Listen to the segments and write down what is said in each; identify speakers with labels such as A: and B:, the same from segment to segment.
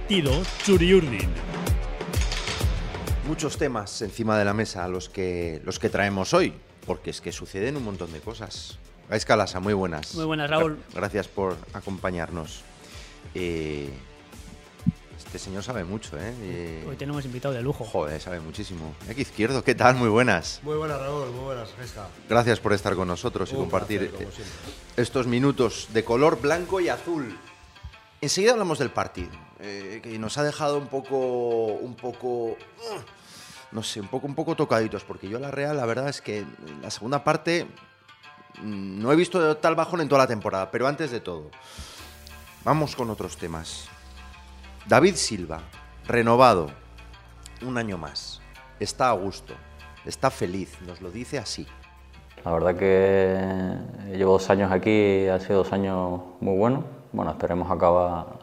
A: Partido Txuri-Urdin.
B: Muchos temas encima de la mesa los que traemos hoy, porque es que suceden un montón de cosas. Gaizka Lasa, muy buenas.
C: Muy buenas, Raúl.
B: Gracias por acompañarnos. Este señor sabe mucho, ¿eh?
C: Hoy tenemos invitado de lujo.
B: Joder, sabe muchísimo. Aquí Izquierdo, ¿qué tal? Muy buenas.
D: Muy buenas, Raúl, muy buenas, Gaizka.
B: Gracias por estar con nosotros y compartir estos minutos de color blanco y azul. Enseguida hablamos del partido, que nos ha dejado un poco tocaditos, porque yo la Real, la verdad es que en la segunda parte no he visto tal bajón en toda la temporada, pero antes de todo, vamos con otros temas. David Silva, renovado, un año más, está a gusto, está feliz, nos lo dice así.
E: La verdad que llevo 2 años aquí, ha sido 2 años muy buenos. Bueno, esperemos acabar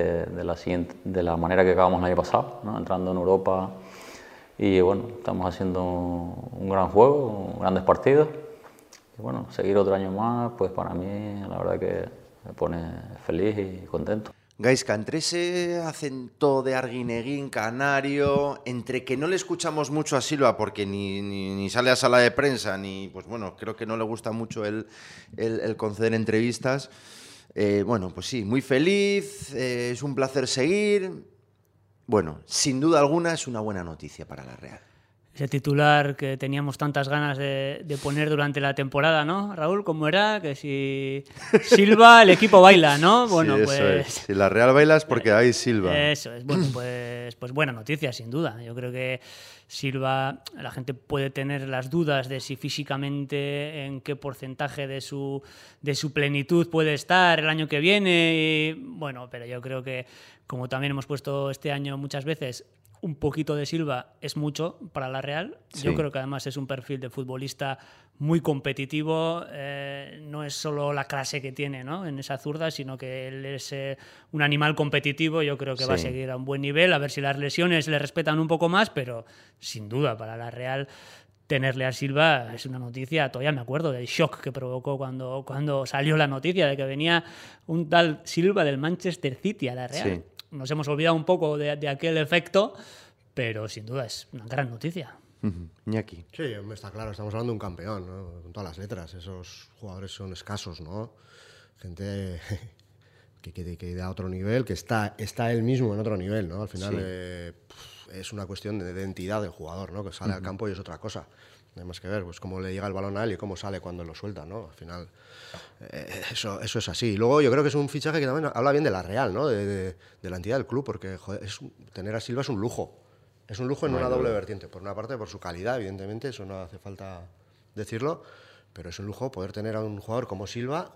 E: de la manera que acabamos el año pasado, ¿no? Entrando en Europa y bueno, estamos haciendo un gran juego, grandes partidos. Y bueno, seguir otro año más, pues para mí la verdad que me pone feliz y contento.
B: Gaizka, entre ese acento de arguineguín canario, entre que no le escuchamos mucho a Silva porque ni sale a sala de prensa, ni, pues bueno, creo que no le gusta mucho el conceder entrevistas. Bueno, pues sí, muy feliz, es un placer seguir. Bueno, sin duda alguna es una buena noticia para la Real.
C: Ese titular que teníamos tantas ganas de poner durante la temporada, ¿no, Raúl? ¿Cómo era? Que si Silva, el equipo baila, ¿no? Bueno,
B: sí,
C: pues...
B: eso es. Si la Real baila es porque hay Silva.
C: Eso es. Bueno, pues buena noticia, sin duda. Yo creo que Silva, la gente puede tener las dudas de si físicamente en qué porcentaje de su plenitud puede estar el año que viene. Y, bueno, pero yo creo que, como también hemos puesto este año muchas veces, un poquito de Silva es mucho para la Real. Sí. Yo creo que además es un perfil de futbolista muy competitivo. No es solo la clase que tiene, ¿no?, en esa zurda, sino que él es un animal competitivo. Yo creo que va a seguir a un buen nivel, a ver si las lesiones le respetan un poco más, pero sin duda para la Real tenerle a Silva es una noticia. Todavía me acuerdo del shock que provocó cuando salió la noticia de que venía un tal Silva del Manchester City a la Real. Sí. Nos hemos olvidado un poco de aquel efecto, pero sin duda es una gran noticia.
B: Iñaki.
D: Sí, está claro, estamos hablando de un campeón, ¿no? Con todas las letras. Esos jugadores son escasos, ¿no? Gente que da otro nivel, que está él mismo en otro nivel, ¿no? Al final es una cuestión de identidad del jugador, ¿no? Que sale al campo y es otra cosa. No hay más que ver, pues cómo le llega el balón a él y cómo sale cuando lo suelta, ¿no? Al final, eso es así. Y luego yo creo que es un fichaje que también habla bien de la Real, ¿no? De la entidad del club, porque joder, tener a Silva es un lujo. Es un lujo en una doble vertiente. Por una parte, por su calidad, evidentemente, eso no hace falta decirlo, pero es un lujo poder tener a un jugador como Silva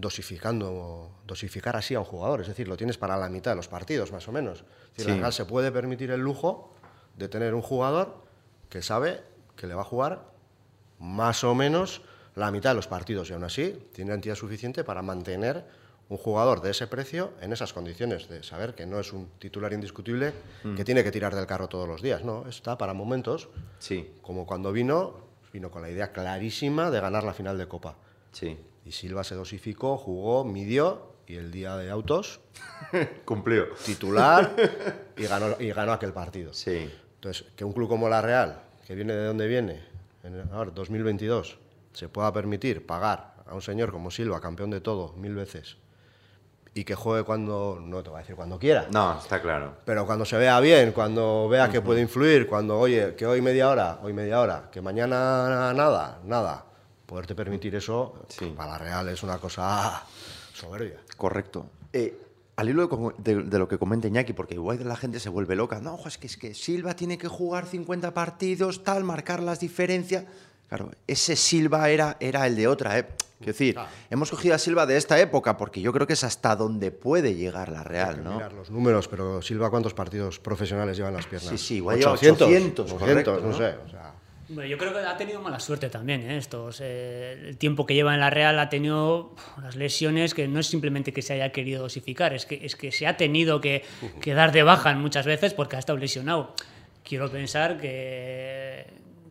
D: dosificar así a un jugador. Es decir, lo tienes para la mitad de los partidos, más o menos. Es decir, la Real se puede permitir el lujo de tener un jugador que sabe que le va a jugar más o menos la mitad de los partidos y aún así tiene entidad suficiente para mantener un jugador de ese precio en esas condiciones, de saber que no es un titular indiscutible que tiene que tirar del carro todos los días, no, está para momentos, como cuando vino con la idea clarísima de ganar la final de Copa.
B: Sí.
D: Y Silva se dosificó, jugó, midió y el día de autos
B: cumplió.
D: Titular y ganó aquel partido.
B: Sí.
D: Entonces, que un club como la Real, que viene de donde viene, en 2022, se pueda permitir pagar a un señor como Silva, campeón de todo, 1000 veces, y que juegue cuando, no te voy a decir cuando quiera.
B: No, está claro.
D: Pero cuando se vea bien, cuando vea que puede influir, cuando, oye, que hoy media hora, que mañana nada. Poderte permitir eso, para la Real es una cosa soberbia.
B: Correcto. Al hilo de lo que comenta Iñaki, porque igual la gente se vuelve loca. No, es que Silva tiene que jugar 50 partidos, marcar las diferencias. Claro, ese Silva era el de otra época. Quiero decir, hemos cogido a Silva de esta época porque yo creo que es hasta donde puede llegar la Real, ¿no?
D: Mirar los números, pero Silva, ¿cuántos partidos profesionales lleva en las piernas?
B: Sí, igual lleva 800, correcto,
D: no sé, o sea...
C: Bueno, yo creo que ha tenido mala suerte también, ¿eh? El tiempo que lleva en la Real ha tenido las lesiones, que no es simplemente que se haya querido dosificar, es que se ha tenido que dar de baja muchas veces porque ha estado lesionado. Quiero pensar que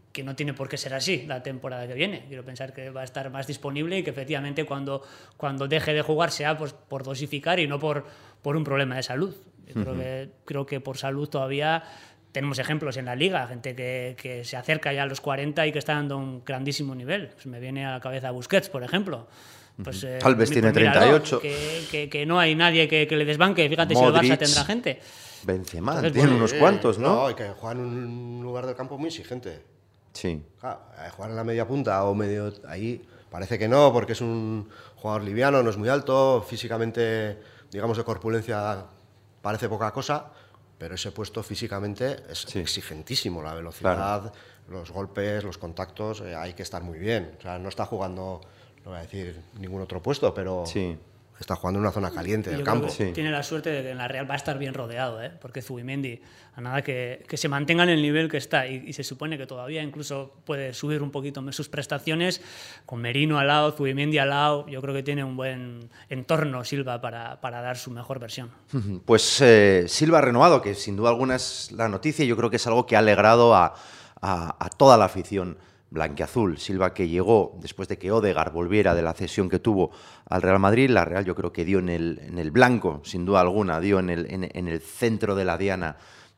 C: que no tiene por qué ser así la temporada que viene. Quiero pensar que va a estar más disponible y que efectivamente cuando deje de jugar sea pues, por dosificar y no por un problema de salud. Yo creo que por salud todavía tenemos ejemplos en la liga, gente que se acerca ya a los 40 y que está dando un grandísimo nivel. Pues me viene a la cabeza Busquets, por ejemplo. Pues,
B: Alves tiene 38.
C: Que no hay nadie que le desbanque. Fíjate
B: Modric,
C: si el Barça tendrá gente.
B: Benzema,
C: Entonces,
B: tiene
C: bueno,
B: unos cuantos, ¿no?
D: No, y que juegan en un lugar del campo muy exigente.
B: Sí.
D: Claro, jugar en la media punta o medio ahí parece que no, porque es un jugador liviano, no es muy alto, físicamente, digamos, de corpulencia parece poca cosa, pero ese puesto físicamente es exigentísimo, la velocidad, los golpes, los contactos, hay que estar muy bien. O sea, no está jugando, no voy a decir ningún otro puesto, pero está jugando en una zona caliente del campo.
C: Tiene la suerte de que en la Real va a estar bien rodeado, porque Zubimendi, a nada que se mantenga en el nivel que está, y se supone que todavía incluso puede subir un poquito sus prestaciones, con Merino al lado, Zubimendi al lado, yo creo que tiene un buen entorno Silva para dar su mejor versión.
B: Pues Silva renovado, que sin duda alguna es la noticia, yo creo que es algo que ha alegrado a toda la afición blanquiazul. Silva, que llegó después de que Odegaard volviera de la cesión que tuvo al Real Madrid. La Real yo creo que dio en el blanco, sin duda alguna, dio en el centro de la diana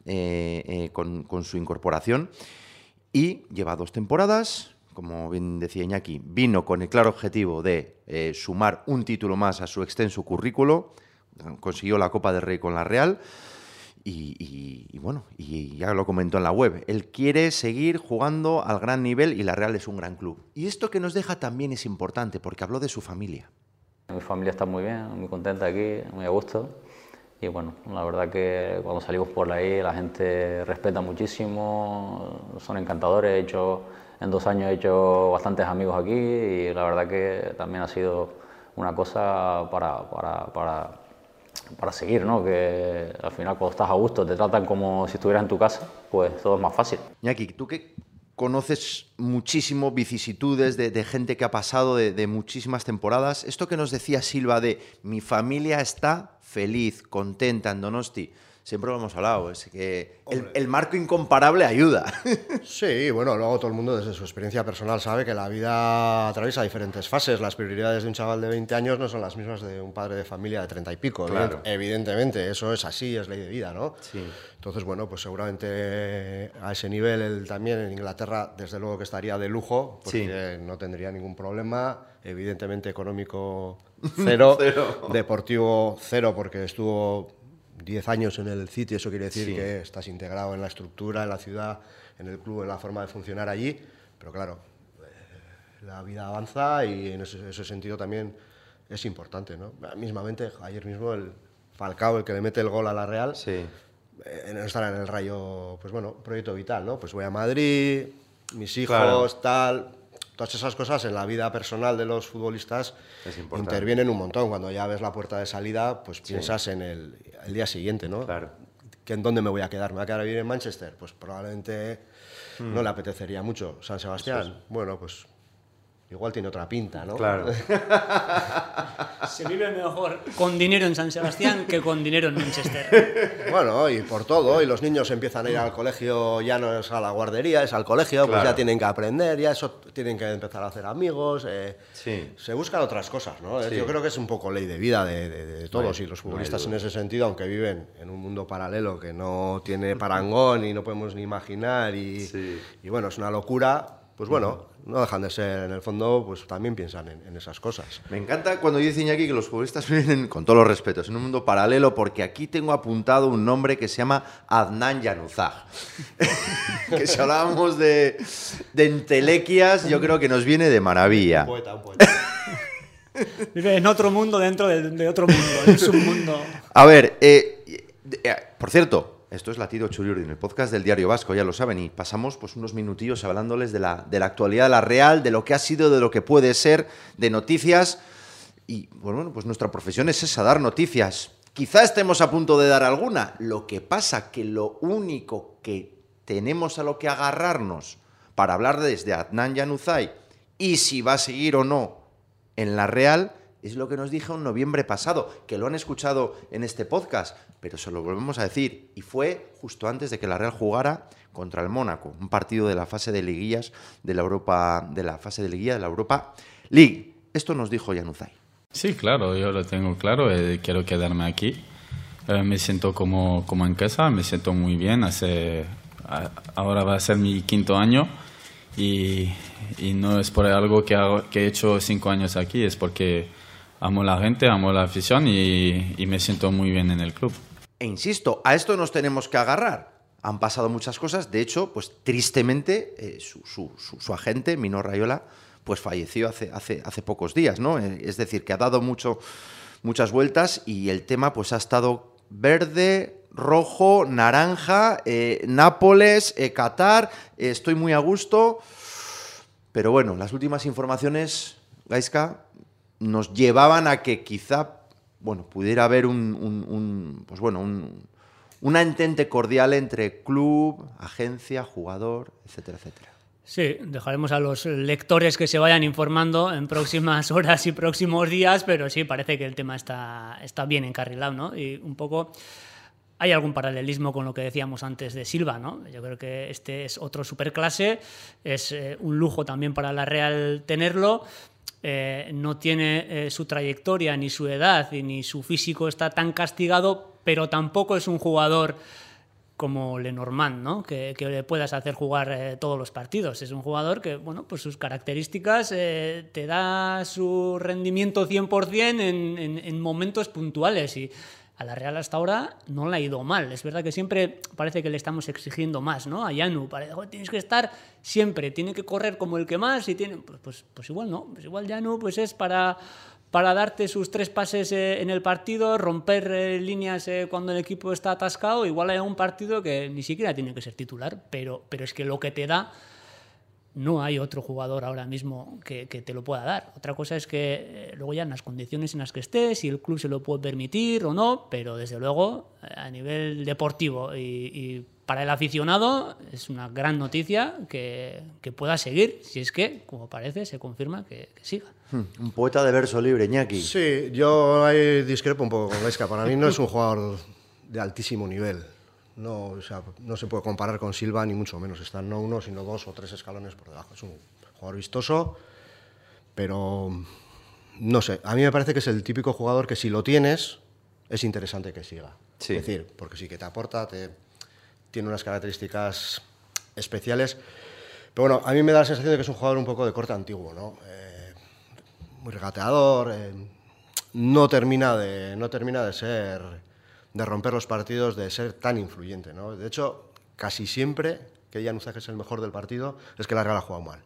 B: con su incorporación, y lleva 2 temporadas, como bien decía Iñaki, vino con el claro objetivo de sumar un título más a su extenso currículo, consiguió la Copa del Rey con la Real. Y bueno, y ya lo comentó en la web, él quiere seguir jugando al gran nivel y la Real es un gran club. Y esto que nos deja también es importante, porque habló de su familia.
E: Mi familia está muy bien, muy contenta aquí, muy a gusto. Y bueno, la verdad que cuando salimos por ahí la gente respeta muchísimo, son encantadores. En 2 años he hecho bastantes amigos aquí y la verdad que también ha sido una cosa para seguir, ¿no? Que al final cuando estás a gusto te tratan como si estuvieras en tu casa, pues todo es más fácil.
B: Iñaki, tú que conoces muchísimo vicisitudes de gente que ha pasado de muchísimas temporadas, esto que nos decía Silva de mi familia está feliz, contenta en Donosti, siempre lo hemos hablado, es que el marco incomparable ayuda.
D: Sí, bueno, luego todo el mundo desde su experiencia personal sabe que la vida atraviesa diferentes fases. Las prioridades de un chaval de 20 años no son las mismas de un padre de familia de 30 y pico.
B: Claro.
D: Evidentemente, eso es así, es ley de vida, ¿no?
B: Sí.
D: Entonces, bueno, pues seguramente a ese nivel él también en Inglaterra, desde luego que estaría de lujo, porque no tendría ningún problema. Evidentemente económico cero, deportivo cero, porque estuvo 10 años en el City, eso quiere decir que estás integrado en la estructura, en la ciudad, en el club, en la forma de funcionar allí, pero claro, la vida avanza y en ese sentido también es importante, ¿no? Mismamente, ayer mismo el Falcao, el que le mete el gol a la Real, no estará en el Rayo, pues bueno, proyecto vital, ¿no? Pues voy a Madrid, mis hijos, tal. Todas esas cosas en la vida personal de los futbolistas intervienen un montón. Cuando ya ves la puerta de salida, pues piensas en el día siguiente, ¿no?
B: Claro.
D: ¿Que ¿En dónde me voy a quedar? ¿Me voy a quedar a vivir en Manchester? Pues probablemente no le apetecería mucho. ¿San Sebastián? Bueno, pues igual tiene otra pinta, ¿no?
B: Claro.
C: Se vive mejor con dinero en San Sebastián que con dinero en Manchester.
D: Bueno, y por todo, y los niños empiezan a ir al colegio, ya no es a la guardería, es al colegio, pues ya tienen que aprender, ya eso tienen que empezar a hacer amigos, se buscan otras cosas, ¿no? Yo creo que es un poco ley de vida de todos, y los futbolistas en ese sentido, aunque viven en un mundo paralelo que no tiene parangón y no podemos ni imaginar, y bueno, es una locura. Pues bueno, no dejan de ser, en el fondo, pues también piensan en esas cosas.
B: Me encanta cuando dice Iñaki que los futbolistas viven, con todos los respetos, en un mundo paralelo, porque aquí tengo apuntado un nombre que se llama Adnan Januzaj. Que si hablábamos de entelequias, yo creo que nos viene de maravilla.
D: Un poeta.
C: Vive en otro mundo dentro de otro mundo, en su mundo.
B: A ver, por cierto, esto es Latido Txuriurdin, el podcast del Diario Vasco, ya lo saben, y pasamos pues unos minutillos hablándoles de la actualidad de la Real, de lo que ha sido, de lo que puede ser, de noticias. Y bueno, pues nuestra profesión es esa, dar noticias. Quizá estemos a punto de dar alguna. Lo que pasa que lo único que tenemos a lo que agarrarnos para hablar desde Adnan Januzaj y si va a seguir o no en la Real Es lo que nos dijo en noviembre pasado, que lo han escuchado en este podcast, pero se lo volvemos a decir. Y fue justo antes de que la Real jugara contra el Mónaco, un partido de la fase de liguillas de la Europa, de la fase de liguilla de la Europa League. Esto nos dijo Januzaj.
A: Sí, claro, yo lo tengo claro. Quiero quedarme aquí. Me siento como en casa, me siento muy bien. Ahora va a ser mi 5º año y no es por algo que he hecho 5 años aquí, es porque amo la gente, amo la afición y me siento muy bien en el club.
B: E insisto, a esto nos tenemos que agarrar. Han pasado muchas cosas. De hecho, pues tristemente, su agente, Mino Raiola, pues falleció hace pocos días, ¿no? Es decir, que ha dado muchas vueltas y el tema pues ha estado verde, rojo, naranja, Nápoles, Qatar. Estoy muy a gusto. Pero bueno, las últimas informaciones, Gaizka, nos llevaban a que quizá, bueno, pudiera haber una entente cordial entre club, agencia, jugador, etcétera, etcétera.
C: Sí, dejaremos a los lectores que se vayan informando en próximas horas y próximos días, pero sí, parece que el tema está bien encarrilado, ¿no? Y un poco hay algún paralelismo con lo que decíamos antes de Silva, ¿no? Yo creo que este es otro superclase, es un lujo también para la Real tenerlo. No tiene su trayectoria, ni su edad, ni su físico está tan castigado, pero tampoco es un jugador como Lenormand, ¿no? Que le puedas hacer jugar todos los partidos. Es un jugador que, bueno, pues sus características te da su rendimiento 100% en momentos puntuales y a la Real hasta ahora no le ha ido mal. Es verdad que siempre parece que le estamos exigiendo más, ¿no? A Janu, tienes que estar siempre, tiene que correr como el que más y tiene... Pues igual no, pues igual Janu pues es para darte sus 3 pases en el partido, romper líneas cuando el equipo está atascado. Igual hay un partido que ni siquiera tiene que ser titular, pero es que lo que te da no hay otro jugador ahora mismo que te lo pueda dar. Otra cosa es que luego ya en las condiciones en las que estés, si el club se lo puede permitir o no, pero desde luego a nivel deportivo y para el aficionado es una gran noticia que pueda seguir, si es que, como parece, se confirma que siga.
B: Un poeta de verso libre, Iñaki.
D: Sí, yo ahí discrepo un poco con Gaizka. Para mí no es un jugador de altísimo nivel. No, o sea, no se puede comparar con Silva, ni mucho menos. Están no 1, sino 2 o 3 escalones por debajo. Es un jugador vistoso, pero no sé. A mí me parece que es el típico jugador que si lo tienes, es interesante que siga.
B: Sí.
D: Es decir, porque sí que te aporta, tiene unas características especiales. Pero bueno, a mí me da la sensación de que es un jugador un poco de corte antiguo, ¿no? Muy regateador, no termina de ser, de romper los partidos, de ser tan influyente, ¿no? De hecho, casi siempre que Januzaj es el mejor del partido es que la Real ha jugado mal.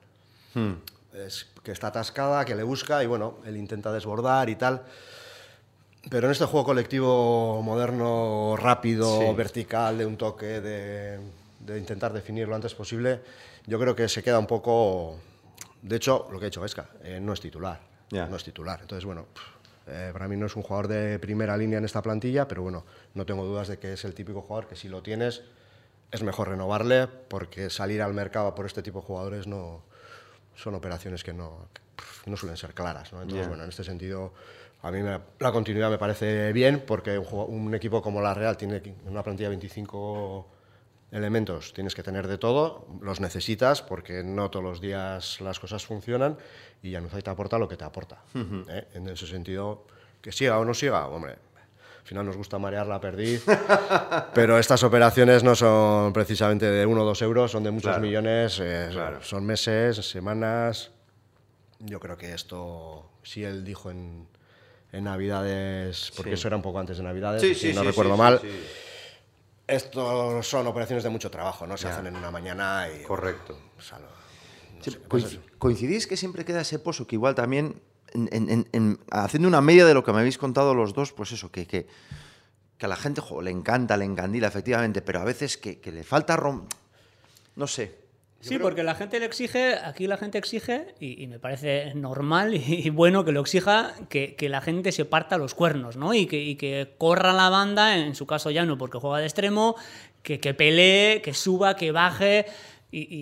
D: Es que está atascada, que le busca y bueno, él intenta desbordar y tal. Pero en este juego colectivo moderno, rápido, sí, vertical, de un toque, de intentar definir lo antes posible, yo creo que se queda un poco... De hecho, lo que ha hecho Gaizka, no es titular. Yeah. No es titular. Entonces, bueno, para mí no es un jugador de primera línea en esta plantilla, pero bueno, no tengo dudas de que es el típico jugador que si lo tienes es mejor renovarle, porque salir al mercado por este tipo de jugadores no son operaciones que no suelen ser claras, ¿no? Entonces, bueno, en este sentido, a mí la continuidad me parece bien, porque un equipo como la Real tiene una plantilla de 25 elementos, tienes que tener de todo, los necesitas porque no todos los días las cosas funcionan y Januzaj te aporta lo que te aporta. En ese sentido, que siga o no siga, hombre, al final nos gusta marear la perdiz, pero estas operaciones no son precisamente de 1 o 2 euros, son de muchos millones, son meses, semanas. Yo creo que esto, si él dijo en Navidades, porque eso era un poco antes de Navidades, si no recuerdo mal. Estos son operaciones de mucho trabajo, no se hacen en una mañana y...
B: Correcto.
D: O sea,
B: ¿Coincidís que siempre queda ese pozo que igual también, haciendo una media de lo que me habéis contado los dos, pues eso, que a la gente le encanta, le encandila, efectivamente, pero a veces que le falta... No sé.
C: Sí, porque la gente le exige, aquí la gente exige, y me parece normal y bueno que lo exija, que la gente se parta los cuernos, ¿no? Y que corra la banda, en su caso ya no, porque juega de extremo, que pelee, que suba, que baje, y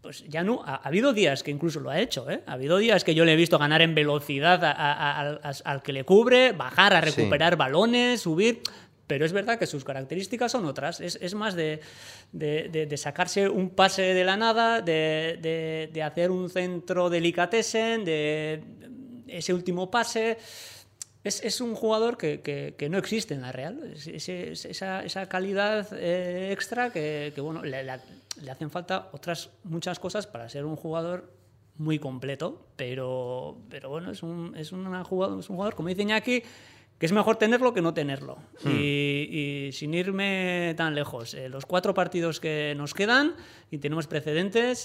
C: pues ya no, ha habido días que incluso lo ha hecho, ¿eh? Ha habido días que yo le he visto ganar en velocidad al que le cubre, bajar a recuperar balones, subir. Pero es verdad que sus características son otras. Es más de sacarse un pase de la nada, de hacer un centro delicatessen, de ese último pase. Es un jugador que no existe en la Real. Esa calidad extra que bueno, le hacen falta otras muchas cosas para ser un jugador muy completo. Pero bueno, es un jugador, como dice Iñaki, que es mejor tenerlo que no tenerlo. Y sin irme tan lejos, los 4 partidos que nos quedan y tenemos precedentes,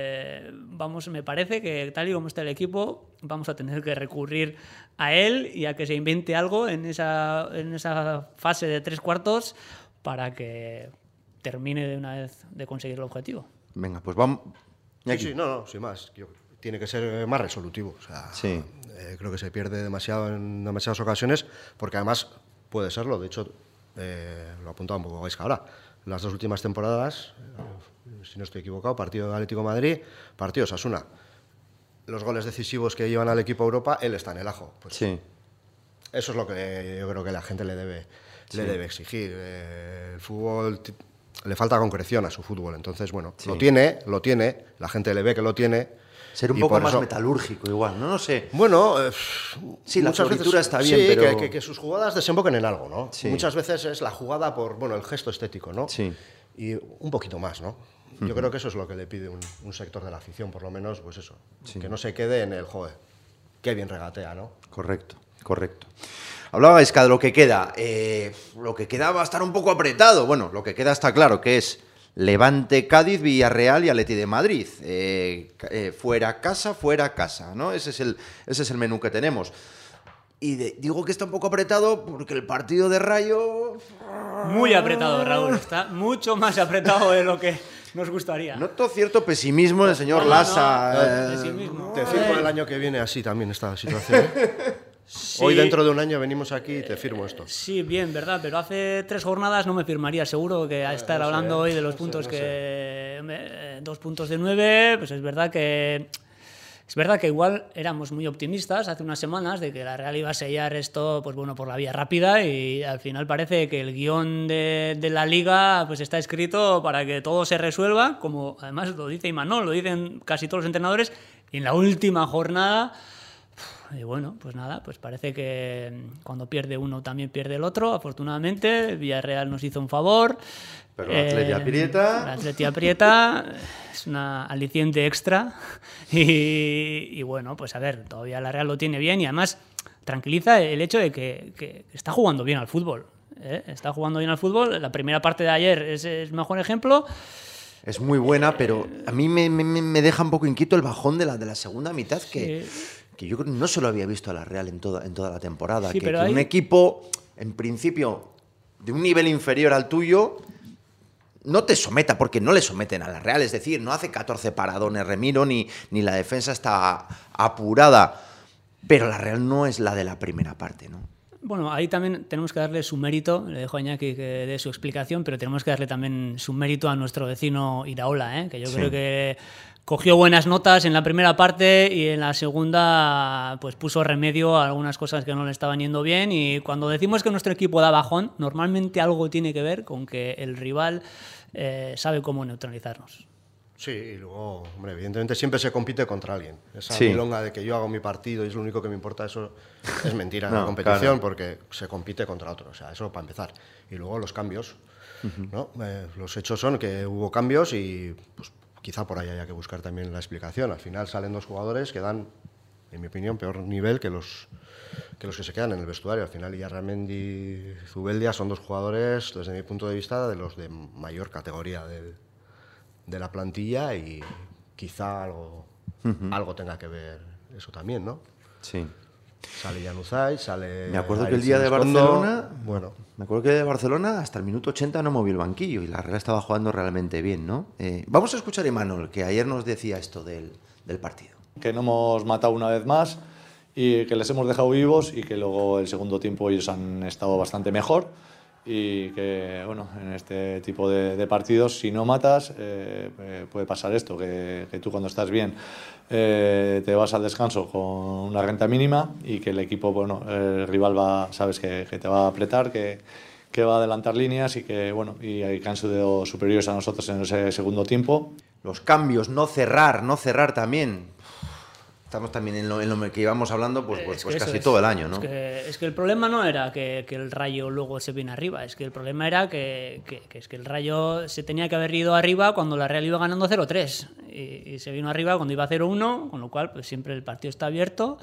C: me parece que tal y como está el equipo, vamos a tener que recurrir a él y a que se invente algo en esa fase de 3/4 para que termine de una vez de conseguir el objetivo.
B: Venga, pues vamos.
D: Sí, no, sin más. Tiene que ser más resolutivo. O sea, creo que se pierde demasiado en demasiadas ocasiones, porque además puede serlo. De hecho, lo apuntaba un poco Gaisca ahora. Las 2 últimas temporadas, si no estoy equivocado, partido de Atlético de Madrid, partido de Osasuna. Los goles decisivos que llevan al equipo a Europa, él está en el ajo. Pues eso es lo que yo creo que la gente le debe exigir. El fútbol le falta concreción a su fútbol. Entonces, bueno, lo tiene, la gente le ve que lo tiene.
B: Ser un poco más metalúrgico igual, ¿no? No sé.
D: Bueno,
B: sí, la floritura está bien,
D: sí,
B: pero...
D: que sus jugadas desemboquen en algo, ¿no?
B: Sí.
D: Muchas veces es la jugada por, el gesto estético, ¿no?
B: Sí.
D: Y un poquito más, ¿no? Yo creo que eso es lo que le pide un sector de la afición, por lo menos, pues eso. Sí. Que no se quede en el, joder, qué bien regatea, ¿no?
B: Correcto. Hablaba Gaisca de lo que queda. Lo que queda va a estar un poco apretado. Bueno, lo que queda está claro, que es Levante, Cádiz, Villarreal y Atleti de Madrid. Fuera casa, ¿no? Ese es el menú que tenemos. Y digo que está un poco apretado porque el partido de Rayo...
C: Muy apretado, Raúl. Está mucho más apretado de lo que nos gustaría.
B: Noto cierto pesimismo en el señor Lasa.
C: Pesimismo.
D: Te firmo el año que viene así también esta situación. Sí. Hoy dentro de un año venimos aquí y te firmo esto.
C: Sí, bien, verdad, pero hace 3 jornadas no me firmaría seguro que a estar hablando hoy de los puntos 2 puntos de 9, pues es verdad que igual éramos muy optimistas hace unas semanas de que la Real iba a sellar esto, pues bueno, por la vía rápida, y al final parece que el guión de la Liga pues está escrito para que todo se resuelva, como además lo dice Imanol, lo dicen casi todos los entrenadores, y en la última jornada. Y bueno, pues nada, pues parece que cuando pierde uno también pierde el otro, afortunadamente. Villarreal nos hizo un favor.
B: Pero la Atleti aprieta.
C: Es una aliciente extra. Y bueno, pues a ver, todavía la Real lo tiene bien y además tranquiliza el hecho de que está jugando bien al fútbol. Está jugando bien al fútbol. La primera parte de ayer es el mejor ejemplo.
B: Es muy buena, pero a mí me deja un poco inquieto el bajón de la segunda mitad que yo creo que no se lo había visto a la Real en toda la temporada.
C: Sí,
B: que un equipo, en principio, de un nivel inferior al tuyo, no te someta, porque no le someten a la Real. Es decir, no hace 14 paradones Remiro, ni la defensa está apurada. Pero la Real no es la de la primera parte, ¿no?
C: Bueno, ahí también tenemos que darle su mérito, le dejo a Iñaki que dé su explicación, pero tenemos que darle también su mérito a nuestro vecino Iraola, que yo creo que cogió buenas notas en la primera parte y en la segunda pues puso remedio a algunas cosas que no le estaban yendo bien, y cuando decimos que nuestro equipo da bajón, normalmente algo tiene que ver con que el rival sabe cómo neutralizarnos.
D: Sí, y luego, hombre, evidentemente siempre se compite contra alguien. Esa milonga de que yo hago mi partido y es lo único que me importa, eso es mentira en la competición, claro. Porque se compite contra otro, o sea, eso para empezar. Y luego los cambios, ¿no? Los hechos son que hubo cambios y pues, quizá por ahí haya que buscar también la explicación. Al final salen 2 jugadores que dan, en mi opinión, peor nivel que los que se quedan en el vestuario. Al final, Illarramendi y Zubeldia son 2 jugadores, desde mi punto de vista, de los de mayor categoría de la plantilla, y quizá algo tenga que ver eso también, ¿no?
B: Sí.
D: Sale Januzaj, sale...
B: Me acuerdo que el día de Barcelona... Bueno, me acuerdo que de Barcelona hasta el minuto 80 no movió el banquillo y la Real estaba jugando realmente bien, ¿no? Vamos a escuchar a Imanol, que ayer nos decía esto del partido.
F: Que no hemos matado una vez más y que les hemos dejado vivos, y que luego el segundo tiempo ellos han estado bastante mejor. y que, bueno, en este tipo de partidos, si no matas, puede pasar esto, que tú cuando estás bien te vas al descanso con una renta mínima y que el equipo, bueno, el rival sabes que te va a apretar, que va a adelantar líneas y que, bueno, y que han sido superiores a nosotros en ese segundo tiempo.
B: Los cambios, no cerrar también. Estamos también en lo que íbamos hablando pues casi todo el año, ¿no?
C: Es que el problema no era que el Rayo luego se viene arriba, es que el problema era que el Rayo se tenía que haber ido arriba cuando la Real iba ganando 0-3 y se vino arriba cuando iba 0-1, con lo cual pues siempre el partido está abierto.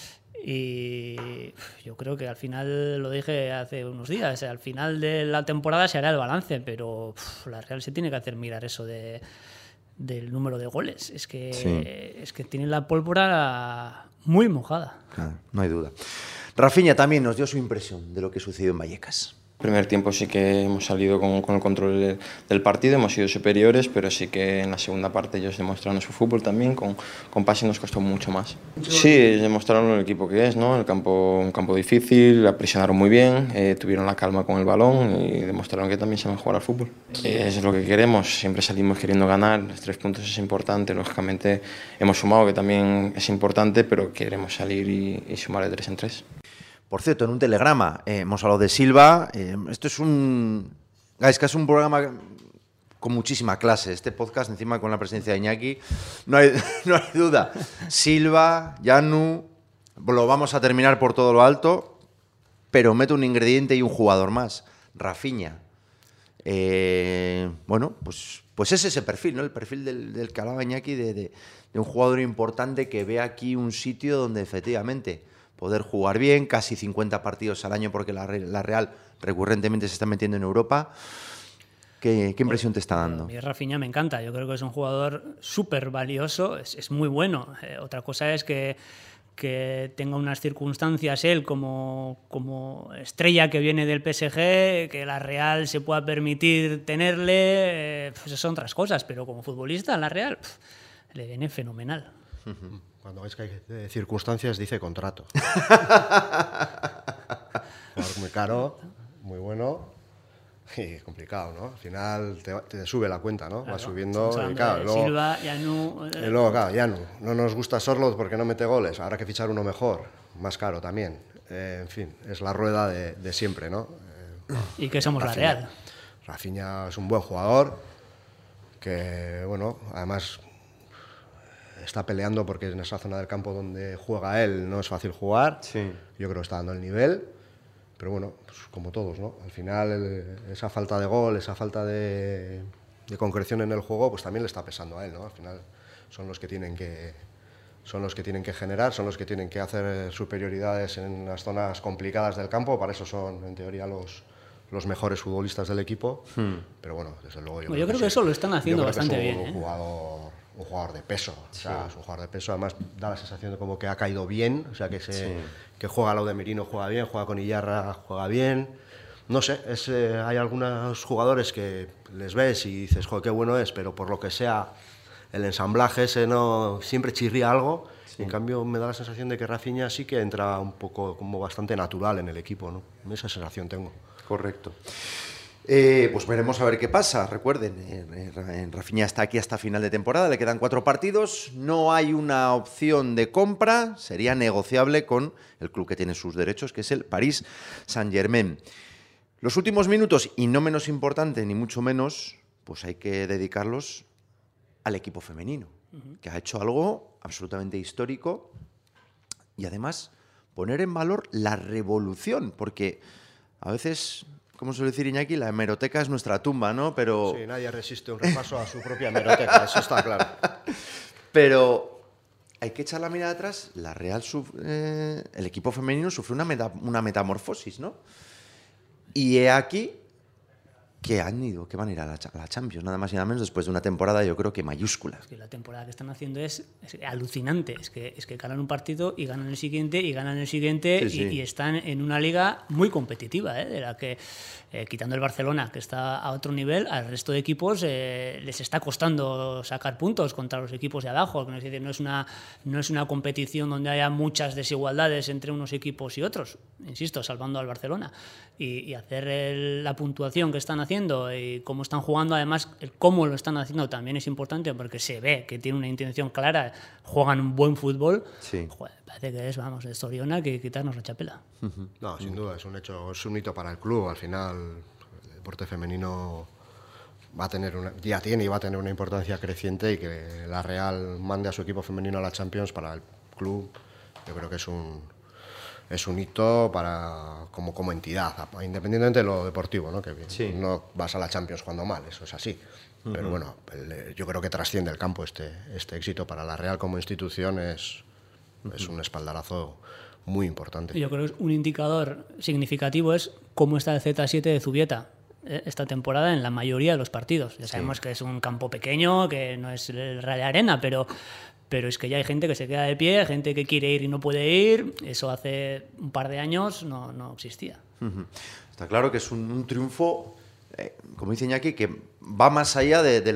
C: Y yo creo que al final, lo dije hace unos días, al final de la temporada se hará el balance, pero la Real se tiene que hacer mirar eso del número de goles. Es que tiene la pólvora muy mojada.
B: Claro, no hay duda. Rafinha también nos dio su impresión de lo que sucedió en Vallecas.
G: Primer tiempo sí que hemos salido con el control del partido, hemos sido superiores, pero sí que en la segunda parte ellos demostraron su fútbol también, con pase nos costó mucho más. Sí, demostraron el equipo que es, ¿no? Un campo difícil, la presionaron muy bien, tuvieron la calma con el balón y demostraron que también saben jugar al fútbol. Es lo que queremos, siempre salimos queriendo ganar, los 3 puntos es importante, lógicamente hemos sumado, que también es importante, pero queremos salir y sumar de 3 en 3.
B: Por cierto, en un telegrama hemos hablado de Silva. Esto es un programa con muchísima clase. Este podcast, encima con la presencia de Iñaki, no hay duda. Silva, Yanu, lo vamos a terminar por todo lo alto, pero meto un ingrediente y un jugador más, Rafinha. Bueno, pues es ese perfil, ¿no? El perfil del que hablaba Iñaki, de un jugador importante que ve aquí un sitio donde efectivamente poder jugar bien, casi 50 partidos al año porque la Real recurrentemente se está metiendo en Europa. ¿Qué impresión te está dando?
C: A mí Rafinha me encanta, yo creo que es un jugador súper valioso, es muy bueno. Otra cosa es que tenga unas circunstancias él como estrella que viene del PSG, que la Real se pueda permitir tenerle, pues son otras cosas, pero como futbolista la Real le viene fenomenal.
D: Cuando veis que hay circunstancias, dice contrato. Jugador muy caro, muy bueno y complicado, ¿no? Al final te sube la cuenta, ¿no?
C: Claro,
D: va subiendo y
C: claro, luego, Silva, Yanu...
D: Y luego, claro, Yanu. No nos gusta Sorloth porque no mete goles. Habrá que fichar uno mejor, más caro también. En fin, es la rueda de siempre, ¿no?
C: Y que somos
D: Rafinha,
C: la Real.
D: Rafinha es un buen jugador que, bueno, además está peleando porque en esa zona del campo donde juega él no es fácil jugar.
B: Sí.
D: Yo creo que está dando el nivel, pero bueno, pues como todos, ¿no? Al final esa falta de gol, esa falta de concreción en el juego, pues también le está pesando a él, ¿no? Al final son los que tienen que generar, son los que tienen que hacer superioridades en las zonas complicadas del campo. Para eso son, en teoría, los mejores futbolistas del equipo. Pero bueno, desde luego
C: yo creo que eso lo están haciendo bastante bien.
D: Un jugador de peso, o sea, es un jugador de peso, además da la sensación de como que ha caído bien, o sea, que juega al lado de Merino, juega bien, juega con Iyarra, juega bien. No sé, hay algunos jugadores que les ves y dices, joder, qué bueno es, pero por lo que sea, el ensamblaje ese no siempre chirría algo. Sí. En cambio, me da la sensación de que Rafinha sí que entra un poco como bastante natural en el equipo, ¿no? Esa sensación tengo.
B: Correcto. Pues veremos a ver qué pasa. Recuerden, Rafinha está aquí hasta final de temporada, le quedan 4 partidos, no hay una opción de compra, sería negociable con el club que tiene sus derechos, que es el Paris Saint-Germain. Los últimos minutos, y no menos importante, ni mucho menos, pues hay que dedicarlos al equipo femenino, que ha hecho algo absolutamente histórico y además poner en valor la revolución, porque a veces, como suele decir Iñaki, la hemeroteca es nuestra tumba, ¿no? Pero...
D: Sí, nadie resiste un repaso a su propia hemeroteca, eso está claro.
B: Pero hay que echar la mirada atrás, la Real el equipo femenino sufre una metamorfosis, ¿no? Y he aquí que van a ir a la Champions, nada más y nada menos, después de una temporada yo creo que mayúscula.
C: Es que la temporada que están haciendo es alucinante, es que ganan un partido y ganan el siguiente y ganan el siguiente, sí. Y están en una liga muy competitiva, de la que, quitando el Barcelona, que está a otro nivel, al resto de equipos les está costando sacar puntos contra los equipos de abajo, es decir, no es una competición donde haya muchas desigualdades entre unos equipos y otros, insisto, salvando al Barcelona, y hacer la puntuación que están haciendo y cómo están jugando, además el cómo lo están haciendo también es importante porque se ve que tienen una intención clara, juegan un buen fútbol. Sí. Joder, parece que es, vamos, de Soriona que quitarnos la chapela.
D: No, sin duda, es un hecho, es un hito para el club. Al final el deporte femenino ya tiene y va a tener una importancia creciente, y que la Real mande a su equipo femenino a la Champions para el club, yo creo que es un hito como entidad, independientemente de lo deportivo, ¿no? Que sí. No vas a la Champions jugando mal, eso es así. Pero bueno, yo creo que trasciende el campo este éxito para la Real como institución, es un espaldarazo muy importante.
C: Yo creo que un indicador significativo es cómo está el Z7 de Zubieta esta temporada en la mayoría de los partidos. Ya sabemos que es un campo pequeño, que no es el Real Arena, pero es que ya hay gente que se queda de pie, gente que quiere ir y no puede ir. Eso hace un par de años no existía.
B: Está claro que es un triunfo, como dice Iñaki, que va más allá de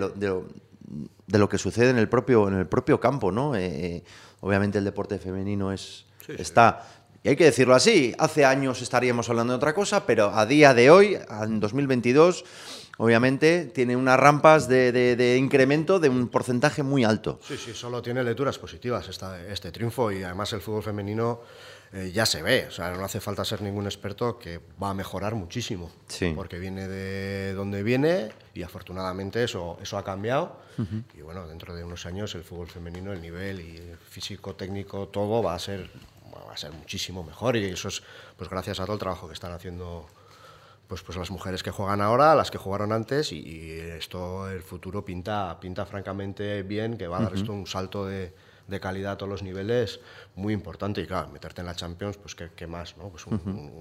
B: lo que sucede en el propio campo, ¿no? Obviamente el deporte femenino está... Y hay que decirlo así, hace años estaríamos hablando de otra cosa, pero a día de hoy, en 2022... obviamente tiene unas rampas de incremento de un porcentaje muy alto.
D: Sí, solo tiene lecturas positivas este triunfo, y además el fútbol femenino ya se ve, o sea, no hace falta ser ningún experto, que va a mejorar muchísimo, porque viene de donde viene y afortunadamente eso ha cambiado. Y bueno, dentro de unos años el fútbol femenino, el nivel y el físico, técnico, todo va a ser muchísimo mejor, y eso es pues gracias a todo el trabajo que están haciendo pues las mujeres que juegan ahora, las que jugaron antes, y esto, el futuro pinta francamente bien, que va a dar esto un salto de calidad a todos los niveles muy importante. Y claro, meterte en la Champions, pues qué más, ¿no? Pues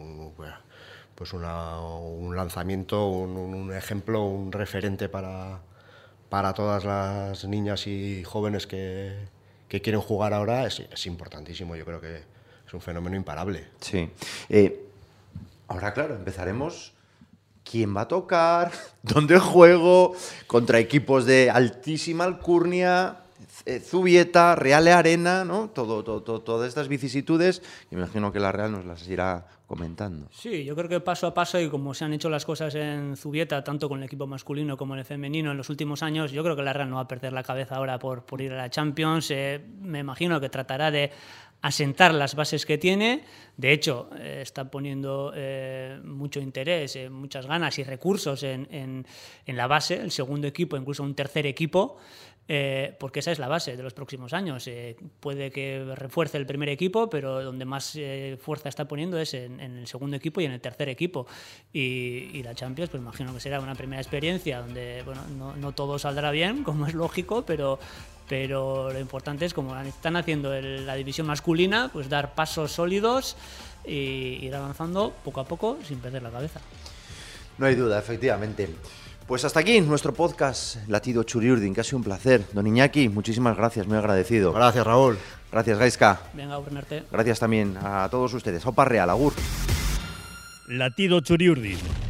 D: un lanzamiento, un ejemplo, un referente para todas las niñas y jóvenes que quieren jugar ahora, es importantísimo. Yo creo que es un fenómeno imparable.
B: Sí. Ahora, claro, empezaremos. ¿Quién va a tocar? ¿Dónde juego? Contra equipos de altísima alcurnia, Zubieta, Real Arena, ¿no? Todas estas vicisitudes. Me imagino que la Real nos las irá comentando.
C: Sí, yo creo que paso a paso, y como se han hecho las cosas en Zubieta, tanto con el equipo masculino como el femenino en los últimos años, yo creo que la Real no va a perder la cabeza ahora por ir a la Champions. Me imagino que tratará de asentar las bases que tiene. De hecho, está poniendo mucho interés, muchas ganas y recursos en la base, el segundo equipo, incluso un tercer equipo, porque esa es la base de los próximos años. Puede que refuerce el primer equipo, pero donde más fuerza está poniendo es en el segundo equipo y en el tercer equipo. Y la Champions, pues imagino que será una primera experiencia donde, bueno, no todo saldrá bien, como es lógico, pero lo importante es, como están haciendo la división masculina, pues dar pasos sólidos e ir avanzando poco a poco sin perder la cabeza.
B: No hay duda, efectivamente. Pues hasta aquí nuestro podcast Latido Txuri-Urdin, que ha sido un placer. Don Iñaki, muchísimas gracias, muy agradecido.
D: Gracias, Raúl.
B: Gracias, Gaizka.
C: Venga, Bernarte.
B: Gracias también a todos ustedes. Aupa Real, agur.
H: Latido Txuri-Urdin.